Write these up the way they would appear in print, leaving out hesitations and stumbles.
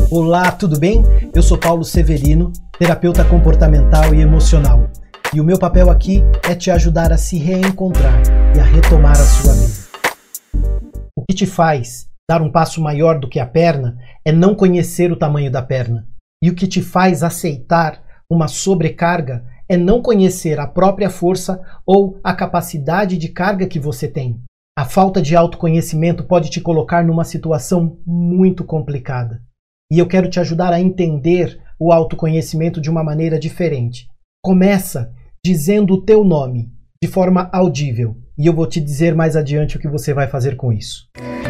Olá, tudo bem? Eu sou Paulo Severino, terapeuta comportamental e emocional. E o meu papel aqui é te ajudar a se reencontrar e a retomar a sua vida. O que te faz dar um passo maior do que a perna é não conhecer o tamanho da perna. E o que te faz aceitar uma sobrecarga é não conhecer a própria força ou a capacidade de carga que você tem. A falta de autoconhecimento pode te colocar numa situação muito complicada. E eu quero te ajudar a entender o autoconhecimento de uma maneira diferente. Começa dizendo o teu nome, de forma audível. E eu vou te dizer mais adiante o que você vai fazer com isso.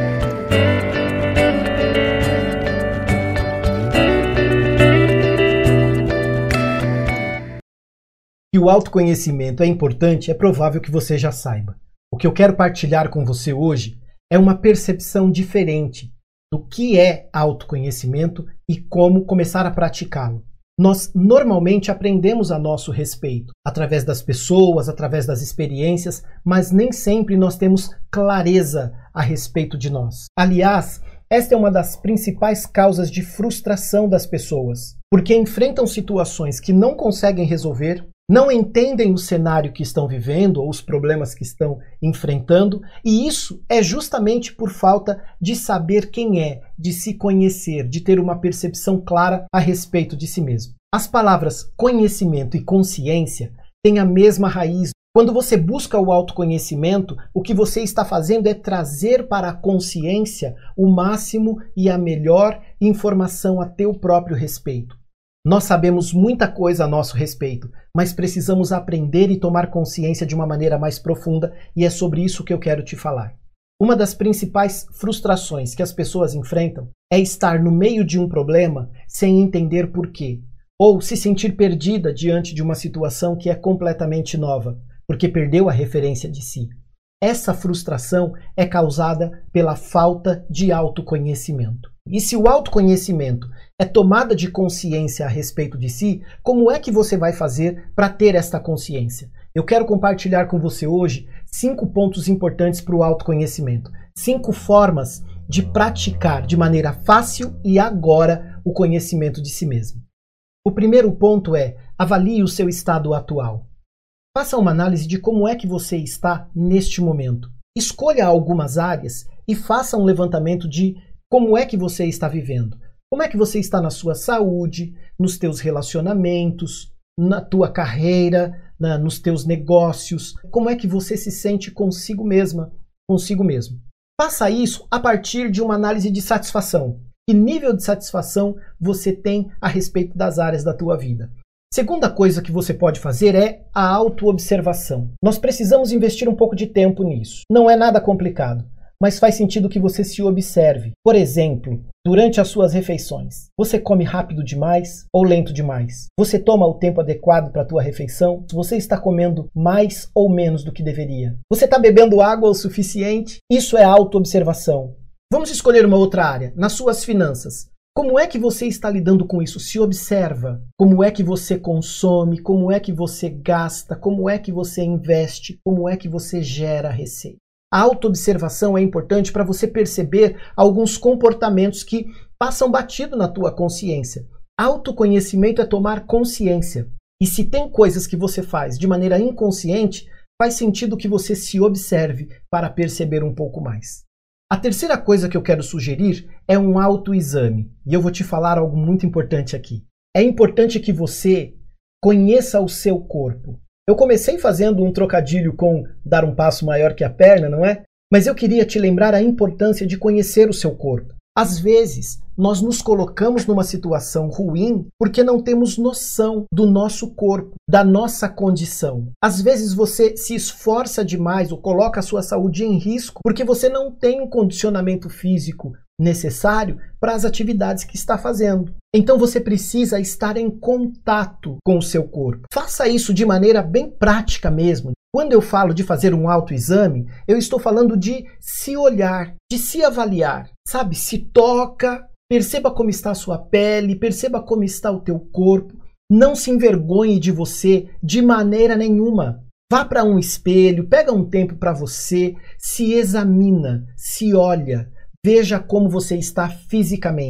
Que o autoconhecimento é importante, é provável que você já saiba. O que eu quero partilhar com você hoje é uma percepção diferente do que é autoconhecimento e como começar a praticá-lo. Nós normalmente aprendemos a nosso respeito, através das pessoas, através das experiências, mas nem sempre nós temos clareza a respeito de nós. Aliás, esta é uma das principais causas de frustração das pessoas, porque enfrentam situações que não conseguem resolver, não entendem o cenário que estão vivendo ou os problemas que estão enfrentando, e isso é justamente por falta de saber quem é, de se conhecer, de ter uma percepção clara a respeito de si mesmo. As palavras conhecimento e consciência têm a mesma raiz. Quando você busca o autoconhecimento, o que você está fazendo é trazer para a consciência o máximo e a melhor informação a teu próprio respeito. Nós sabemos muita coisa a nosso respeito, mas precisamos aprender e tomar consciência de uma maneira mais profunda, e é sobre isso que eu quero te falar. Uma das principais frustrações que as pessoas enfrentam é estar no meio de um problema sem entender por quê, ou se sentir perdida diante de uma situação que é completamente nova, porque perdeu a referência de si. Essa frustração é causada pela falta de autoconhecimento. E se o autoconhecimento é tomada de consciência a respeito de si, como é que você vai fazer para ter esta consciência? Eu quero compartilhar com você hoje 5 pontos importantes para o autoconhecimento. 5 formas de praticar de maneira fácil e agora o conhecimento de si mesmo. O primeiro ponto é: avalie o seu estado atual. Faça uma análise de como é que você está neste momento. Escolha algumas áreas e faça um levantamento de como é que você está vivendo. Como é que você está na sua saúde, nos teus relacionamentos, na tua carreira, nos teus negócios. Como é que você se sente consigo mesma, consigo mesmo. Faça isso a partir de uma análise de satisfação. Que nível de satisfação você tem a respeito das áreas da tua vida? Segunda coisa que você pode fazer é a autoobservação. Nós precisamos investir um pouco de tempo nisso. Não é nada complicado, mas faz sentido que você se observe. Por exemplo, durante as suas refeições, você come rápido demais ou lento demais? Você toma o tempo adequado para a tua refeição? Você está comendo mais ou menos do que deveria? Você está bebendo água o suficiente? Isso é autoobservação. Vamos escolher uma outra área, nas suas finanças. Como é que você está lidando com isso? Se observa. Como é que você consome? Como é que você gasta? Como é que você investe? Como é que você gera receita? A autoobservação é importante para você perceber alguns comportamentos que passam batido na tua consciência. Autoconhecimento é tomar consciência. E se tem coisas que você faz de maneira inconsciente, faz sentido que você se observe para perceber um pouco mais. A terceira coisa que eu quero sugerir é um autoexame. E eu vou te falar algo muito importante aqui. É importante que você conheça o seu corpo. Eu comecei fazendo um trocadilho com dar um passo maior que a perna, não é? Mas eu queria te lembrar a importância de conhecer o seu corpo. Às vezes, nós nos colocamos numa situação ruim porque não temos noção do nosso corpo, da nossa condição. Às vezes você se esforça demais ou coloca a sua saúde em risco porque você não tem um condicionamento físico necessário para as atividades que está fazendo. Então você precisa estar em contato com o seu corpo. Faça isso de maneira bem prática mesmo. Quando eu falo de fazer um autoexame, eu estou falando de se olhar, de se avaliar. Sabe, se toca, perceba como está a sua pele, perceba como está o teu corpo. Não se envergonhe de você de maneira nenhuma. Vá para um espelho, pega um tempo para você, se examina, se olha, veja como você está fisicamente.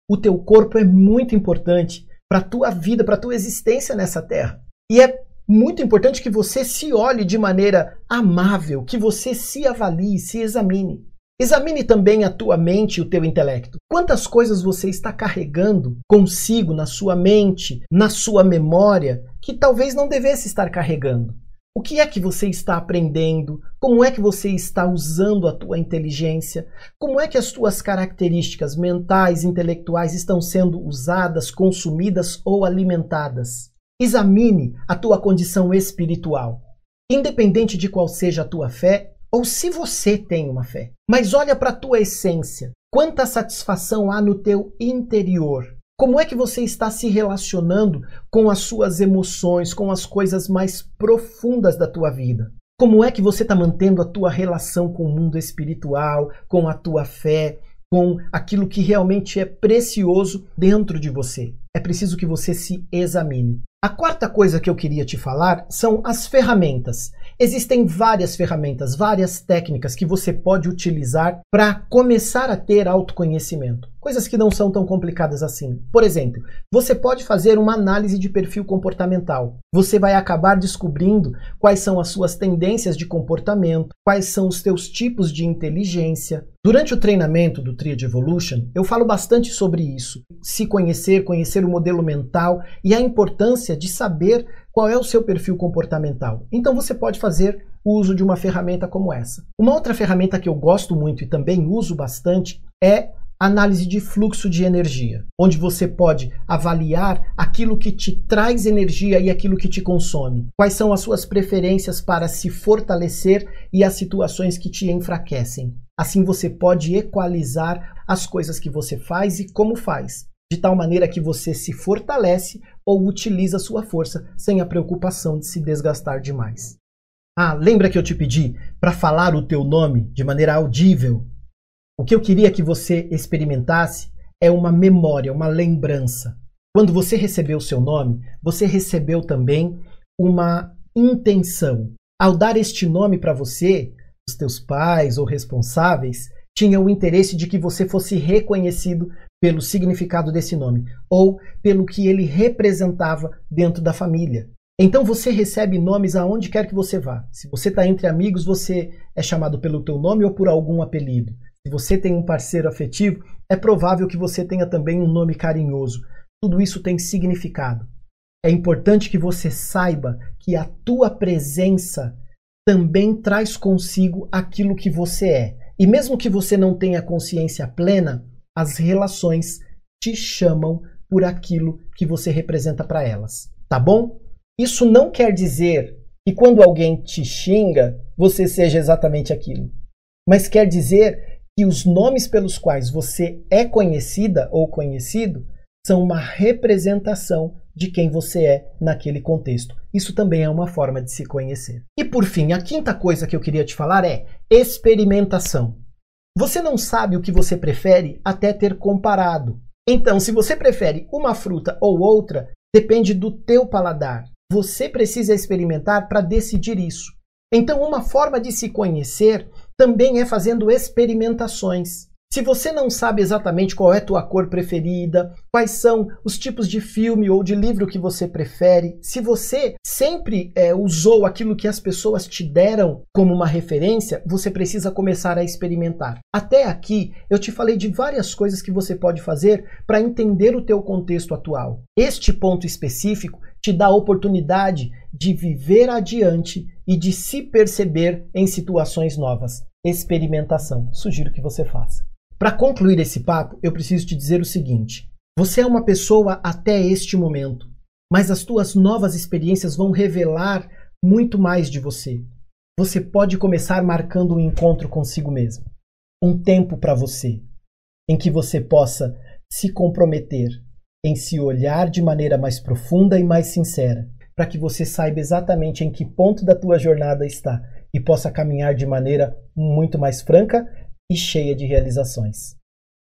O teu corpo é muito importante para a tua vida, para a tua existência nessa terra. E é muito importante que você se olhe de maneira amável, que você se avalie, se examine. Examine também a tua mente e o teu intelecto. Quantas coisas você está carregando consigo na sua mente, na sua memória, que talvez não devesse estar carregando? O que é que você está aprendendo? Como é que você está usando a tua inteligência? Como é que as tuas características mentais, intelectuais estão sendo usadas, consumidas ou alimentadas? Examine a tua condição espiritual. Independente de qual seja a tua fé, ou se você tem uma fé. Mas olha para a tua essência. Quanta satisfação há no teu interior? Como é que você está se relacionando com as suas emoções, com as coisas mais profundas da tua vida? Como é que você está mantendo a tua relação com o mundo espiritual, com a tua fé, com aquilo que realmente é precioso dentro de você? É preciso que você se examine. A quarta coisa que eu queria te falar são as ferramentas. Existem várias ferramentas, várias técnicas que você pode utilizar para começar a ter autoconhecimento. Coisas que não são tão complicadas assim. Por exemplo, você pode fazer uma análise de perfil comportamental. Você vai acabar descobrindo quais são as suas tendências de comportamento, quais são os teus tipos de inteligência. Durante o treinamento do Triad Evolution, eu falo bastante sobre isso. Se conhecer, conhecer o modelo mental e a importância de saber qual é o seu perfil comportamental. Então você pode fazer o uso de uma ferramenta como essa. Uma outra ferramenta que eu gosto muito e também uso bastante é análise de fluxo de energia, onde você pode avaliar aquilo que te traz energia e aquilo que te consome. Quais são as suas preferências para se fortalecer e as situações que te enfraquecem. Assim você pode equalizar as coisas que você faz e como faz, de tal maneira que você se fortalece ou utiliza a sua força sem a preocupação de se desgastar demais. Lembra que eu te pedi para falar o teu nome de maneira audível? O que eu queria que você experimentasse é uma memória, uma lembrança. Quando você recebeu o seu nome, você recebeu também uma intenção. Ao dar este nome para você, os teus pais ou responsáveis tinham o interesse de que você fosse reconhecido pelo significado desse nome ou pelo que ele representava dentro da família. Então você recebe nomes aonde quer que você vá. Se você está entre amigos, você é chamado pelo teu nome ou por algum apelido. Se você tem um parceiro afetivo, é provável que você tenha também um nome carinhoso. Tudo isso tem significado. É importante que você saiba que a tua presença também traz consigo aquilo que você é. E mesmo que você não tenha consciência plena, as relações te chamam por aquilo que você representa para elas. Tá bom? Isso não quer dizer que quando alguém te xinga, você seja exatamente aquilo. Mas quer dizer que os nomes pelos quais você é conhecida ou conhecido são uma representação de quem você é naquele contexto. Isso também é uma forma de se conhecer. E por fim, a quinta coisa que eu queria te falar é experimentação. Você não sabe o que você prefere até ter comparado. Então, se você prefere uma fruta ou outra, depende do teu paladar. Você precisa experimentar para decidir isso. Então, uma forma de se conhecer também é fazendo experimentações. Se você não sabe exatamente qual é a tua cor preferida, quais são os tipos de filme ou de livro que você prefere, se você sempre usou aquilo que as pessoas te deram como uma referência, você precisa começar a experimentar. Até aqui, eu te falei de várias coisas que você pode fazer para entender o teu contexto atual. Este ponto específico te dá a oportunidade de viver adiante e de se perceber em situações novas. Experimentação. Sugiro que você faça. Para concluir esse papo, eu preciso te dizer o seguinte. Você é uma pessoa até este momento, mas as tuas novas experiências vão revelar muito mais de você. Você pode começar marcando um encontro consigo mesmo. Um tempo para você, em que você possa se comprometer em se olhar de maneira mais profunda e mais sincera, para que você saiba exatamente em que ponto da tua jornada está e possa caminhar de maneira muito mais franca e cheia de realizações.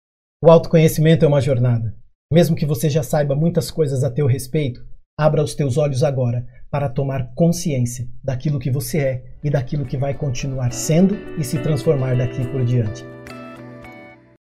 O autoconhecimento é uma jornada. Mesmo que você já saiba muitas coisas a teu respeito, abra os teus olhos agora para tomar consciência daquilo que você é e daquilo que vai continuar sendo e se transformar daqui por diante.